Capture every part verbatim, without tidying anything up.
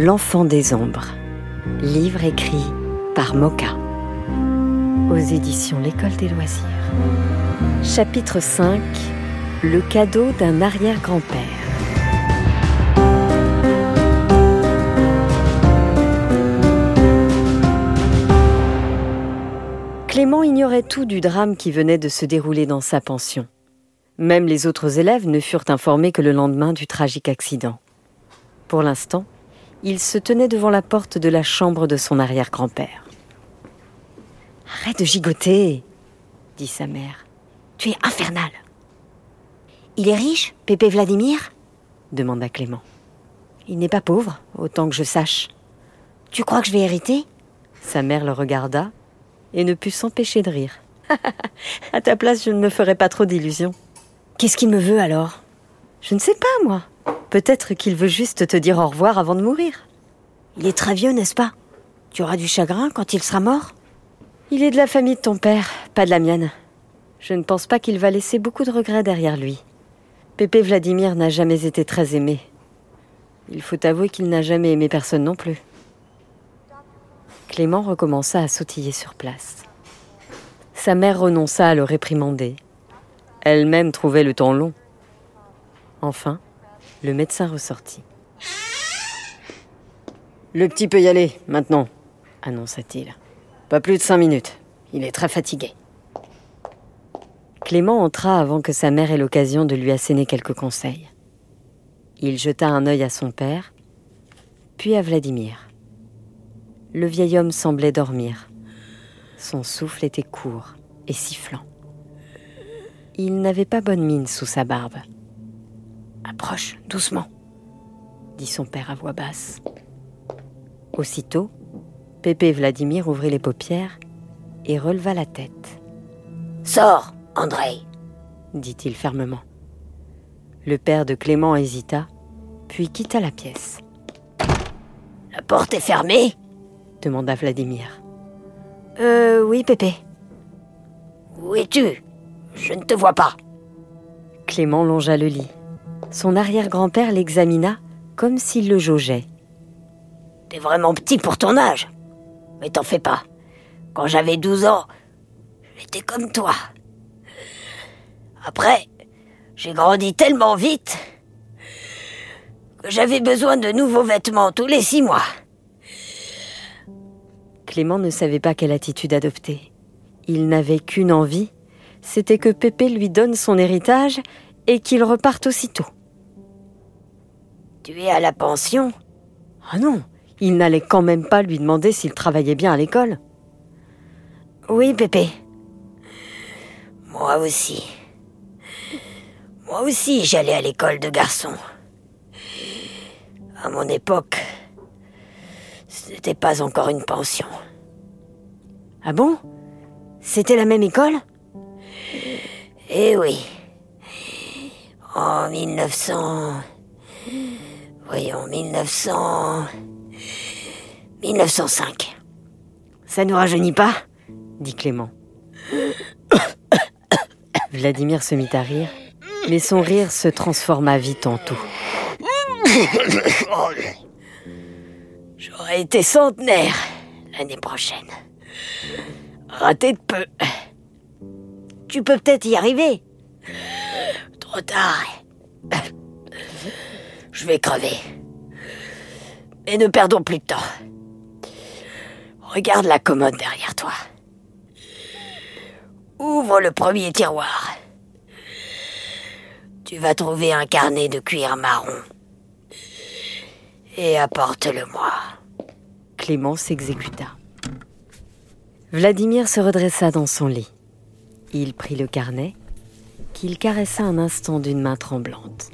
L'enfant des ombres, livre écrit par Moka, aux éditions L'École des loisirs. Chapitre cinq, le cadeau d'un arrière-grand-père. Clément ignorait tout du drame qui venait de se dérouler dans sa pension. Même les autres élèves ne furent informés que le lendemain du tragique accident. Pour l'instant, il se tenait devant la porte de la chambre de son arrière-grand-père. « Arrête de gigoter !» dit sa mère. « Tu es infernal !»« Il est riche, Pépé Vladimir ?» demanda Clément. « Il n'est pas pauvre, autant que je sache. »« Tu crois que je vais hériter ?» Sa mère le regarda et ne put s'empêcher de rire. « À ta place, je ne me ferais pas trop d'illusions. »« Qu'est-ce qu'il me veut alors ?»« Je ne sais pas, moi. Peut-être qu'il veut juste te dire au revoir avant de mourir. »« Il est très vieux, n'est-ce pas ? Tu auras du chagrin quand il sera mort ?»« Il est de la famille de ton père, pas de la mienne. Je ne pense pas qu'il va laisser beaucoup de regrets derrière lui. Pépé Vladimir n'a jamais été très aimé. Il faut avouer qu'il n'a jamais aimé personne non plus. » Clément recommença à sautiller sur place. Sa mère renonça à le réprimander. Elle-même trouvait le temps long. Enfin, le médecin ressortit. « Le petit peut y aller, maintenant, » annonça-t-il. « Pas plus de cinq minutes. Il est très fatigué. » Clément entra avant que sa mère ait l'occasion de lui asséner quelques conseils. Il jeta un œil à son père, puis à Vladimir. Le vieil homme semblait dormir. Son souffle était court et sifflant. Il n'avait pas bonne mine sous sa barbe. « Approche, doucement », dit son père à voix basse. Aussitôt, Pépé Vladimir ouvrit les paupières et releva la tête. « Sors, Andrei !» dit-il fermement. Le père de Clément hésita, puis quitta la pièce. « La porte est fermée ?» demanda Vladimir. « Euh, oui, Pépé. »« Où es-tu ? Je ne te vois pas. » Clément longea le lit. Son arrière-grand-père l'examina comme s'il le jaugeait. « T'es vraiment petit pour ton âge. Mais t'en fais pas. Quand j'avais douze ans, j'étais comme toi. Après, j'ai grandi tellement vite que j'avais besoin de nouveaux vêtements tous les six mois. » Clément ne savait pas quelle attitude adopter. Il n'avait qu'une envie, c'était que Pépé lui donne son héritage et qu'il reparte aussitôt. « Tu es à la pension ?»« Ah non, il n'allait quand même pas lui demander s'il travaillait bien à l'école. »« Oui, Pépé. Moi aussi. Moi aussi, j'allais à l'école de garçons. À mon époque, ce n'était pas encore une pension. »« Ah bon ? C'était la même école ? » ?»« Eh oui. En mille neuf cents... Voyons, mille neuf cents... mille neuf cent cinq. »« Ça ne rajeunit pas ? » dit Clément. Vladimir se mit à rire, mais son rire se transforma vite en tout. « J'aurais été centenaire l'année prochaine. Raté de peu. Tu peux peut-être y arriver. Trop tard. Je vais crever. Mais ne perdons plus de temps. Regarde la commode derrière toi. Ouvre le premier tiroir. Tu vas trouver un carnet de cuir marron. Et apporte-le-moi. » Clément s'exécuta. Vladimir se redressa dans son lit. Il prit le carnet, qu'il caressa un instant d'une main tremblante.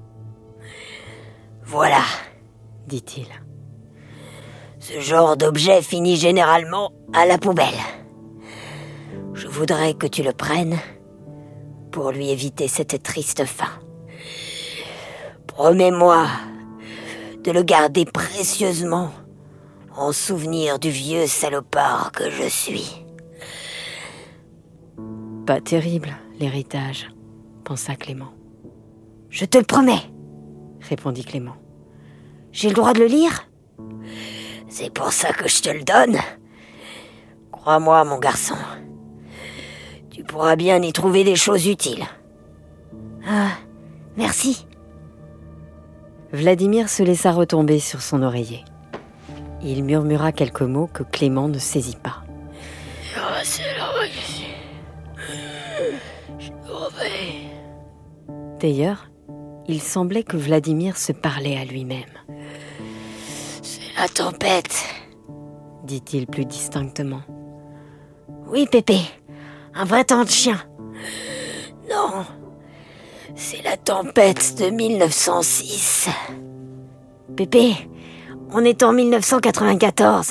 « Voilà, » dit-il. « Ce genre d'objet finit généralement à la poubelle. Je voudrais que tu le prennes pour lui éviter cette triste fin. Promets-moi de le garder précieusement en souvenir du vieux salopard que je suis. » « Pas terrible, l'héritage, » pensa Clément. « Je te le promets, » répondit Clément. « J'ai le droit de le lire ? C'est pour ça que je te le donne. Crois-moi, mon garçon. Tu pourras bien y trouver des choses utiles. Ah, merci. Vladimir se laissa retomber sur son oreiller. Il murmura quelques mots que Clément ne saisit pas. Oh, c'est là ici. Je vais. D'ailleurs, il semblait que Vladimir se parlait à lui-même. C'est la tempête, dit-il plus distinctement. Oui, Pépé, un vrai temps de chien. Non, c'est la tempête de mille neuf cent six. Pépé, on est en mille neuf cent quatre-vingt-quatorze.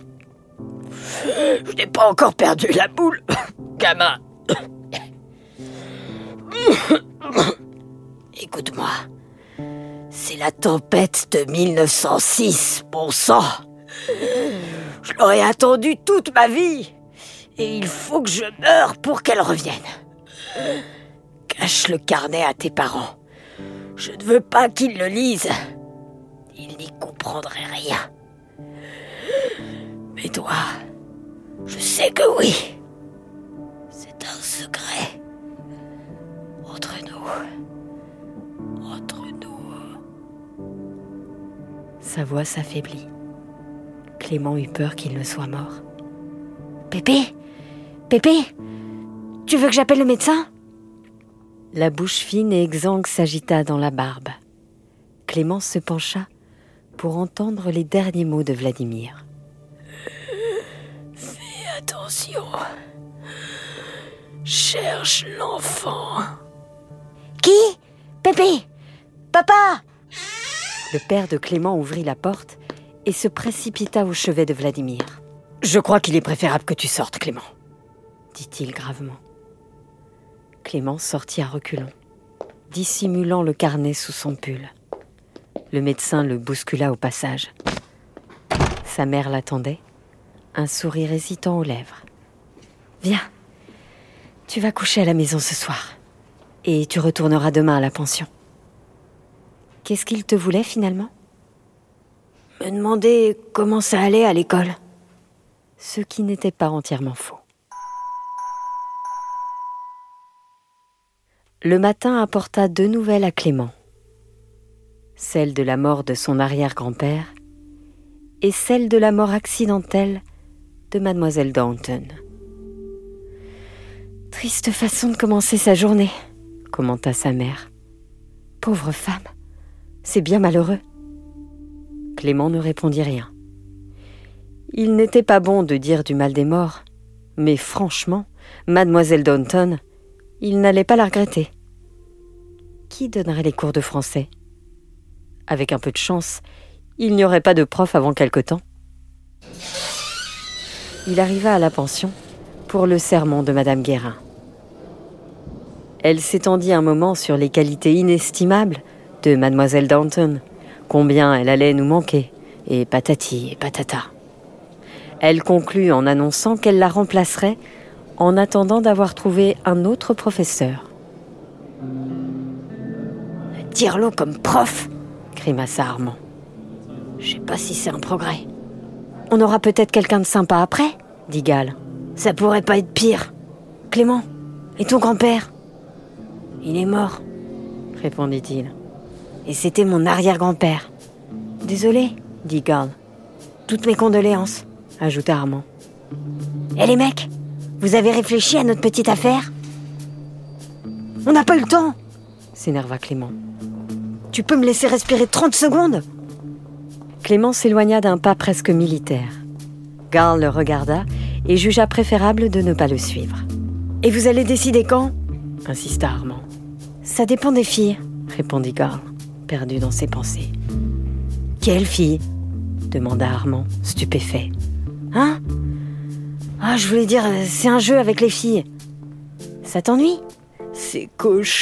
Je n'ai pas encore perdu la boule, gamin. Écoute-moi, c'est la tempête de mille neuf cent six, bon sang. Je l'aurais attendue toute ma vie. Et il faut que je meure pour qu'elle revienne. Cache le carnet à tes parents. Je ne veux pas qu'ils le lisent. Ils n'y comprendraient rien. Mais toi, je sais que oui. C'est un secret. Entre nous. Entre nous. Sa voix s'affaiblit. Clément eut peur qu'il ne soit mort. Pépé ? Pépé ? Tu veux que j'appelle le médecin ? La bouche fine et exsangue s'agita dans la barbe. Clément se pencha pour entendre les derniers mots de Vladimir. Fais attention. Cherche l'enfant. Qui ? Pépé ? Papa ? Le père de Clément ouvrit la porte et se précipita au chevet de Vladimir. « Je crois qu'il est préférable que tu sortes, Clément, » dit-il gravement. Clément sortit à reculons, dissimulant le carnet sous son pull. Le médecin le bouscula au passage. Sa mère l'attendait, un sourire hésitant aux lèvres. « Viens, tu vas coucher à la maison ce soir, et tu retourneras demain à la pension. » Qu'est-ce qu'il te voulait finalement ? Me demander comment ça allait à l'école. Ce qui n'était pas entièrement faux. Le matin apporta deux nouvelles à Clément. Celle de la mort de son arrière-grand-père et celle de la mort accidentelle de mademoiselle Downton. « Triste façon de commencer sa journée », commenta sa mère. « Pauvre femme, c'est bien malheureux. » Clément ne répondit rien. Il n'était pas bon de dire du mal des morts, mais franchement, mademoiselle Downton, il n'allait pas la regretter. Qui donnerait les cours de français ? Avec un peu de chance, il n'y aurait pas de prof avant quelque temps. Il arriva à la pension pour le sermon de madame Guérin. Elle s'étendit un moment sur les qualités inestimables de mademoiselle Downton, combien elle allait nous manquer, et patati et patata. Elle conclut en annonçant qu'elle la remplacerait en attendant d'avoir trouvé un autre professeur. « Tire-l'eau comme prof !» grimaça Armand. « Je sais pas si c'est un progrès. »« On aura peut-être quelqu'un de sympa après ?» dit Gall. « Ça pourrait pas être pire. Clément, et ton grand-père ?»« Il est mort, » répondit-il. « Et c'était mon arrière-grand-père. »« Désolé, » dit Gall. « Toutes mes condoléances. » ajouta Armand. « Eh les mecs, vous avez réfléchi à notre petite affaire ? » « On n'a pas eu le temps !» s'énerva Clément. « Tu peux me laisser respirer trente secondes ?» Clément s'éloigna d'un pas presque militaire. Gall le regarda et jugea préférable de ne pas le suivre. « Et vous allez décider quand ?» insista Armand. « Ça dépend des filles » répondit Gall, perdu dans ses pensées. « Quelle fille ?» demanda Armand, stupéfait. « Hein ? Ah, je voulais dire, c'est un jeu avec les filles. Ça t'ennuie ? » « C'est cochon !»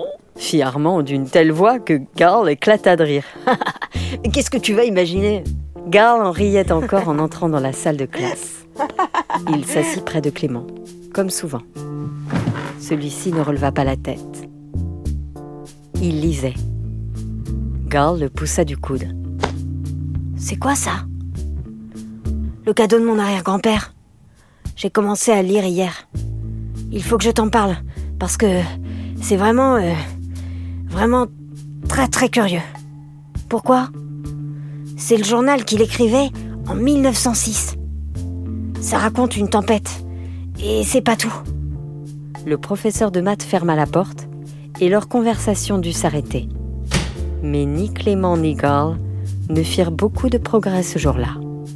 fit Armand d'une telle voix que Gall éclata de rire. « Qu'est-ce que tu vas imaginer ?» Gall en riait encore en entrant dans la salle de classe. Il s'assit près de Clément, comme souvent. Celui-ci ne releva pas la tête. Il lisait. Gall le poussa du coude. C'est quoi ça? Le cadeau de mon arrière-grand-père. J'ai commencé à lire hier. Il faut que je t'en parle, parce que c'est vraiment... Euh, vraiment très très curieux. Pourquoi? C'est le journal qu'il écrivait en mille neuf cent six. Ça raconte une tempête. Et c'est pas tout. Le professeur de maths ferma la porte et leur conversation dut s'arrêter. Mais ni Clément ni Gall ne firent beaucoup de progrès ce jour-là.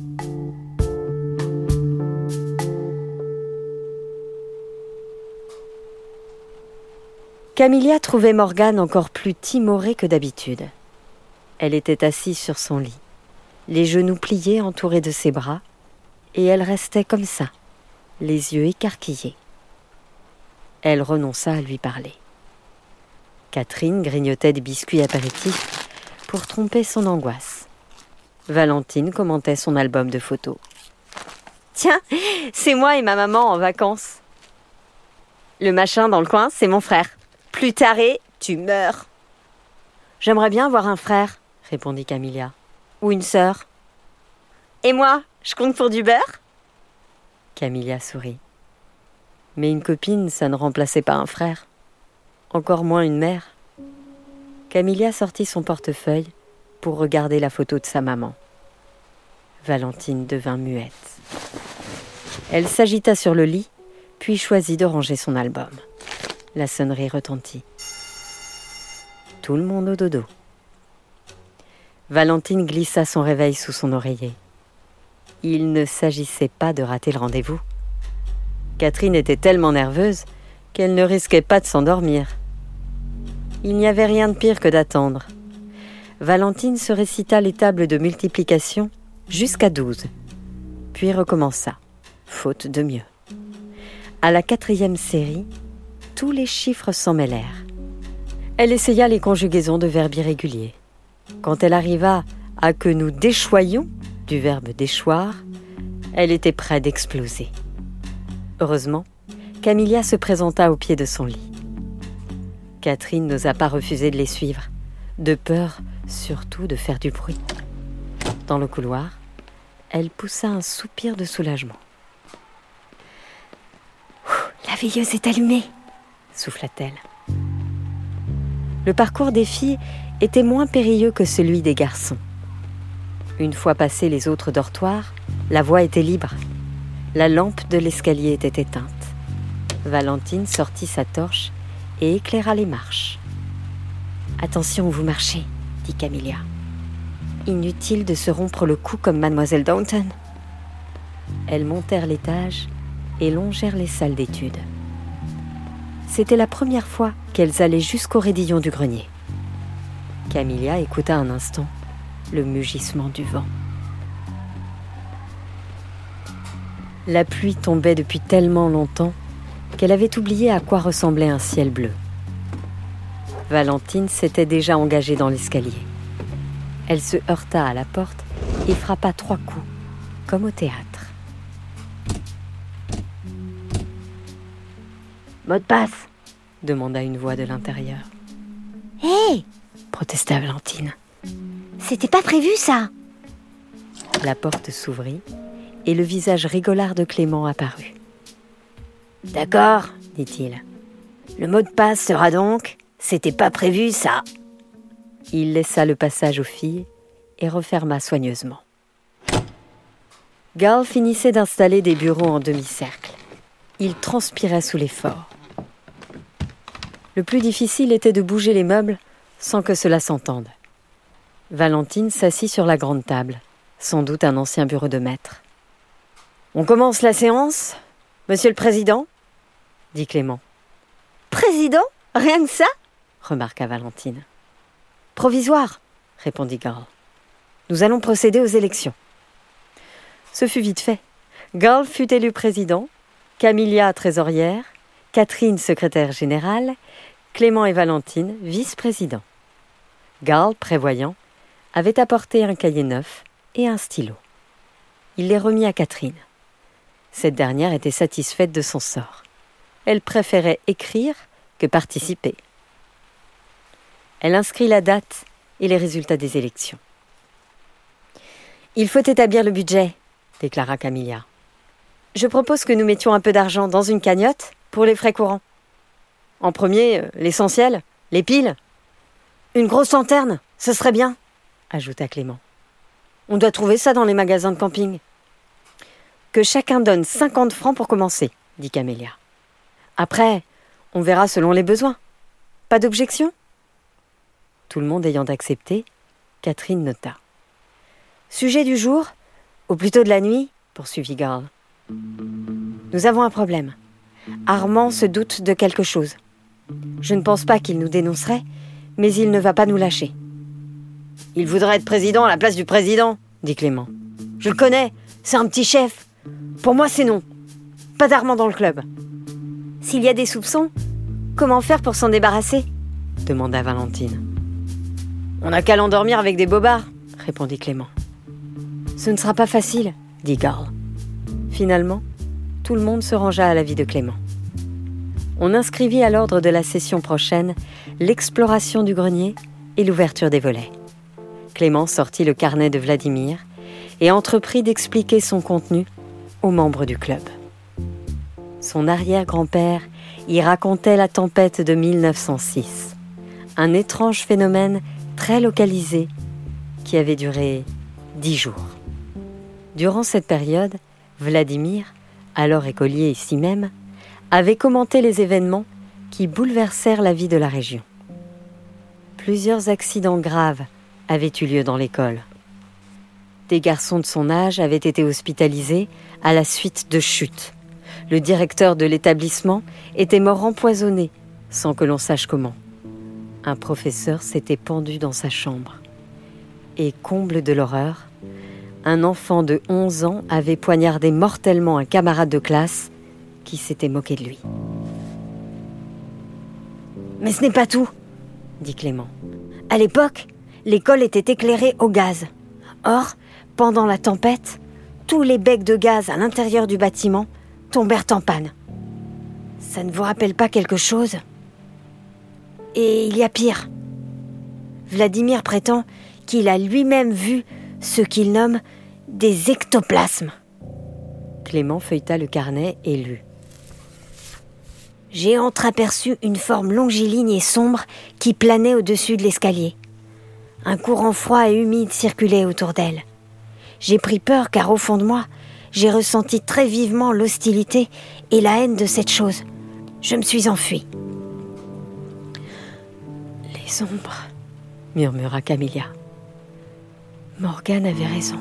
Camilla trouvait Morgane encore plus timorée que d'habitude. Elle était assise sur son lit, les genoux pliés entourés de ses bras, et elle restait comme ça, les yeux écarquillés. Elle renonça à lui parler. Catherine grignotait des biscuits apéritifs pour tromper son angoisse. Valentine commentait son album de photos. « Tiens, c'est moi et ma maman en vacances. Le machin dans le coin, c'est mon frère. Plus taré, tu meurs. »« J'aimerais bien avoir un frère, » répondit Camilla. « Ou une sœur. »« Et moi, je compte pour du beurre ?» Camilla sourit. Mais une copine, ça ne remplaçait pas un frère. Encore moins une mère. Camilla sortit son portefeuille pour regarder la photo de sa maman. Valentine devint muette. Elle s'agita sur le lit, puis choisit de ranger son album. La sonnerie retentit. Tout le monde au dodo. Valentine glissa son réveil sous son oreiller. Il ne s'agissait pas de rater le rendez-vous. Catherine était tellement nerveuse qu'elle ne risquait pas de s'endormir. Il n'y avait rien de pire que d'attendre. Valentine se récita les tables de multiplication jusqu'à douze, puis recommença, faute de mieux. À la quatrième série, tous les chiffres s'en mêlèrent. Elle essaya les conjugaisons de verbes irréguliers. Quand elle arriva à « que nous déchoyons » du verbe déchoir, elle était près d'exploser. Heureusement, Camilla se présenta au pied de son lit. Catherine n'osa pas refuser de les suivre, de peur surtout de faire du bruit. Dans le couloir, elle poussa un soupir de soulagement. « La veilleuse est allumée !» souffla-t-elle. Le parcours des filles était moins périlleux que celui des garçons. Une fois passés les autres dortoirs, la voie était libre. La lampe de l'escalier était éteinte. Valentine sortit sa torche et éclaira les marches. « Attention où vous marchez, » dit Camilla. « Inutile de se rompre le cou comme mademoiselle Downton. » Elles montèrent l'étage et longèrent les salles d'études. C'était la première fois qu'elles allaient jusqu'au raidillon du grenier. Camilla écouta un instant le mugissement du vent. La pluie tombait depuis tellement longtemps qu'elle avait oublié à quoi ressemblait un ciel bleu. Valentine s'était déjà engagée dans l'escalier. Elle se heurta à la porte et frappa trois coups, comme au théâtre. « Mot de passe !» demanda une voix de l'intérieur. « Hé !» hey protesta Valentine. « C'était pas prévu, ça !» La porte s'ouvrit et le visage rigolard de Clément apparut. « D'accord, dit-il. Le mot de passe sera donc « C'était pas prévu, ça !» Il laissa le passage aux filles et referma soigneusement. Gall finissait d'installer des bureaux en demi-cercle. Il transpirait sous l'effort. Le plus difficile était de bouger les meubles sans que cela s'entende. Valentine s'assit sur la grande table, sans doute un ancien bureau de maître. « On commence la séance, monsieur le président ?» dit Clément. « Président ? Rien que ça ?» remarqua Valentine. « Provisoire, » répondit Gall. « Nous allons procéder aux élections. » Ce fut vite fait. Gall fut élu président, Camilla trésorière, Catherine secrétaire générale, Clément et Valentine vice-présidents. Gall, prévoyant, avait apporté un cahier neuf et un stylo. Il les remit à Catherine. Cette dernière était satisfaite de son sort. Elle préférait écrire que participer. Elle inscrit la date et les résultats des élections. Il faut établir le budget, déclara Camilla. Je propose que nous mettions un peu d'argent dans une cagnotte pour les frais courants. En premier, l'essentiel, les piles. Une grosse lanterne, ce serait bien, ajouta Clément. On doit trouver ça dans les magasins de camping. Que chacun donne cinquante francs pour commencer, dit Camélia. Après, on verra selon les besoins. Pas d'objection ? Tout le monde ayant accepté, Catherine nota. Sujet du jour, ou plutôt de la nuit, poursuivit Garl. Nous avons un problème. Armand se doute de quelque chose. Je ne pense pas qu'il nous dénoncerait, mais il ne va pas nous lâcher. Il voudrait être président à la place du président, dit Clément. Je le connais, c'est un petit chef. Pour moi, c'est non. Pas d'Armand dans le club. S'il y a des soupçons, comment faire pour s'en débarrasser ? Demanda Valentine. On n'a qu'à l'endormir avec des bobards, répondit Clément. Ce ne sera pas facile, dit Garl. Finalement, tout le monde se rangea à l'avis de Clément. On inscrivit à l'ordre de la session prochaine l'exploration du grenier et l'ouverture des volets. Clément sortit le carnet de Vladimir et entreprit d'expliquer son contenu aux membres du club. Son arrière-grand-père y racontait la tempête de mille neuf cent six, un étrange phénomène très localisé qui avait duré dix jours. Durant cette période, Vladimir, alors écolier ici même, avait commenté les événements qui bouleversèrent la vie de la région. Plusieurs accidents graves avaient eu lieu dans l'école. Des garçons de son âge avaient été hospitalisés à la suite de chutes. Le directeur de l'établissement était mort empoisonné, sans que l'on sache comment. Un professeur s'était pendu dans sa chambre. Et comble de l'horreur, un enfant de onze ans avait poignardé mortellement un camarade de classe qui s'était moqué de lui. « Mais ce n'est pas tout, » dit Clément. « À l'époque, l'école était éclairée au gaz. Or, pendant la tempête, tous les becs de gaz à l'intérieur du bâtiment tombèrent en panne. Ça ne vous rappelle pas quelque chose ? Et il y a pire. Vladimir prétend qu'il a lui-même vu ce qu'il nomme des ectoplasmes. » Clément feuilleta le carnet et lut. « J'ai entreaperçu une forme longiligne et sombre qui planait au-dessus de l'escalier. Un courant froid et humide circulait autour d'elle. J'ai pris peur car au fond de moi, j'ai ressenti très vivement l'hostilité et la haine de cette chose. Je me suis enfuie. » « Les ombres, » murmura Camilla. Morgane avait raison.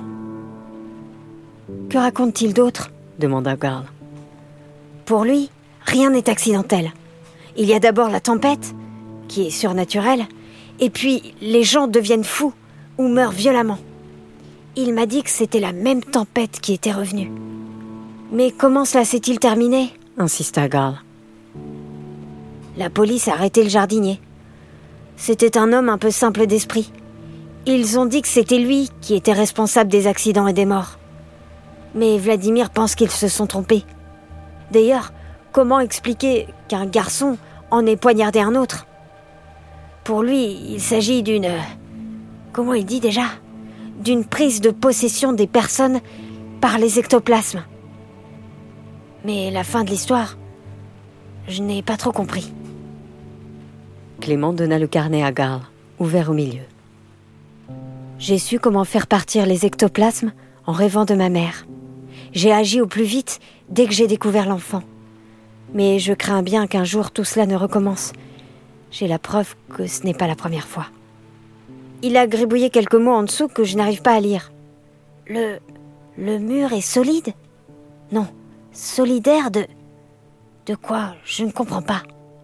« Que raconte-t-il d'autre ?» demanda Garl. « Pour lui, rien n'est accidentel. Il y a d'abord la tempête, qui est surnaturelle, et puis les gens deviennent fous ou meurent violemment. Il m'a dit que c'était la même tempête qui était revenue. »« Mais comment cela s'est-il terminé ?» insista Garl. « La police a arrêté le jardinier. C'était un homme un peu simple d'esprit. Ils ont dit que c'était lui qui était responsable des accidents et des morts. Mais Vladimir pense qu'ils se sont trompés. D'ailleurs, comment expliquer qu'un garçon en ait poignardé un autre ? Pour lui, il s'agit d'une... Comment il dit déjà ? D'une prise de possession des personnes par les ectoplasmes. Mais la fin de l'histoire, je n'ai pas trop compris. » Clément donna le carnet à Garl, ouvert au milieu. « J'ai su comment faire partir les ectoplasmes en rêvant de ma mère. J'ai agi au plus vite dès que j'ai découvert l'enfant. Mais je crains bien qu'un jour tout cela ne recommence. J'ai la preuve que ce n'est pas la première fois. » Il a gribouillé quelques mots en dessous que je n'arrive pas à lire. Le... le mur est solide ? Non, solidaire de... De quoi ? Je ne comprends pas.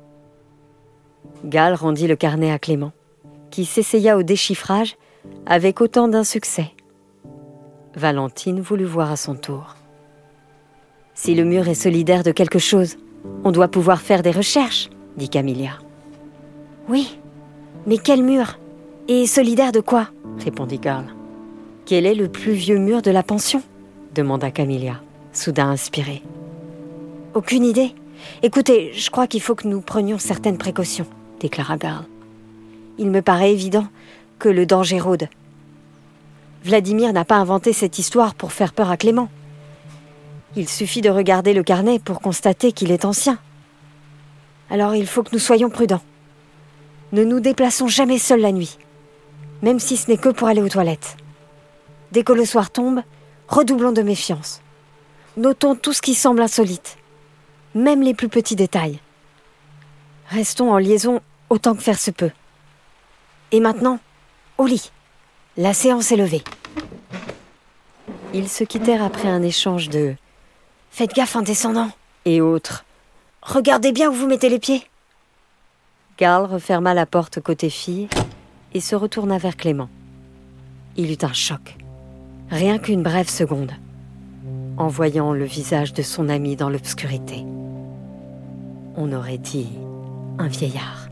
Garl rendit le carnet à Clément, qui s'essaya au déchiffrage avec autant d'insuccès. Valentine voulut voir à son tour. « Si le mur est solidaire de quelque chose, on doit pouvoir faire des recherches, » dit Camilla. « Oui, mais quel mur ? Et solidaire de quoi ?» répondit Garl. « Quel est le plus vieux mur de la pension ?» demanda Camilla, soudain inspirée. « Aucune idée. Écoutez, je crois qu'il faut que nous prenions certaines précautions, » déclara Garl. « Il me paraît évident que le danger rôde. » Vladimir n'a pas inventé cette histoire pour faire peur à Clément. Il suffit de regarder le carnet pour constater qu'il est ancien. Alors il faut que nous soyons prudents. Ne nous déplaçons jamais seuls la nuit, même si ce n'est que pour aller aux toilettes. Dès que le soir tombe, redoublons de méfiance. Notons tout ce qui semble insolite, même les plus petits détails. Restons en liaison autant que faire se peut. Et maintenant, au lit. La séance est levée. Ils se quittèrent après un échange de « Faites gaffe en descendant » et autres « Regardez bien où vous mettez les pieds ». Garl referma la porte côté fille et se retourna vers Clément. Il eut un choc, rien qu'une brève seconde, en voyant le visage de son ami dans l'obscurité. On aurait dit un vieillard.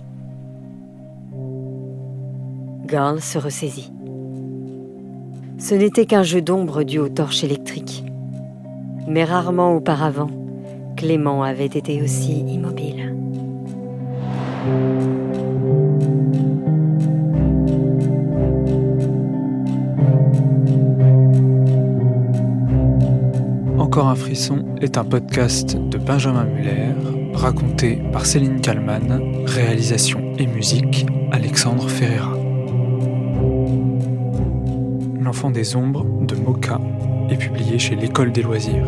Garl se ressaisit. Ce n'était qu'un jeu d'ombre dû aux torches électriques. Mais rarement auparavant, Clément avait été aussi immobile. Encore un frisson est un podcast de Benjamin Muller, raconté par Céline Kallmann, réalisation et musique Alexandre Ferreira. L'Enfant des Ombres de Moka est publié chez l'École des Loisirs.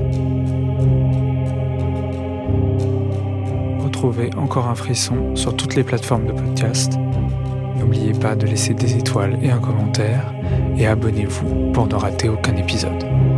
Retrouvez Encore un frisson sur toutes les plateformes de podcast. N'oubliez pas de laisser des étoiles et un commentaire et abonnez-vous pour ne rater aucun épisode.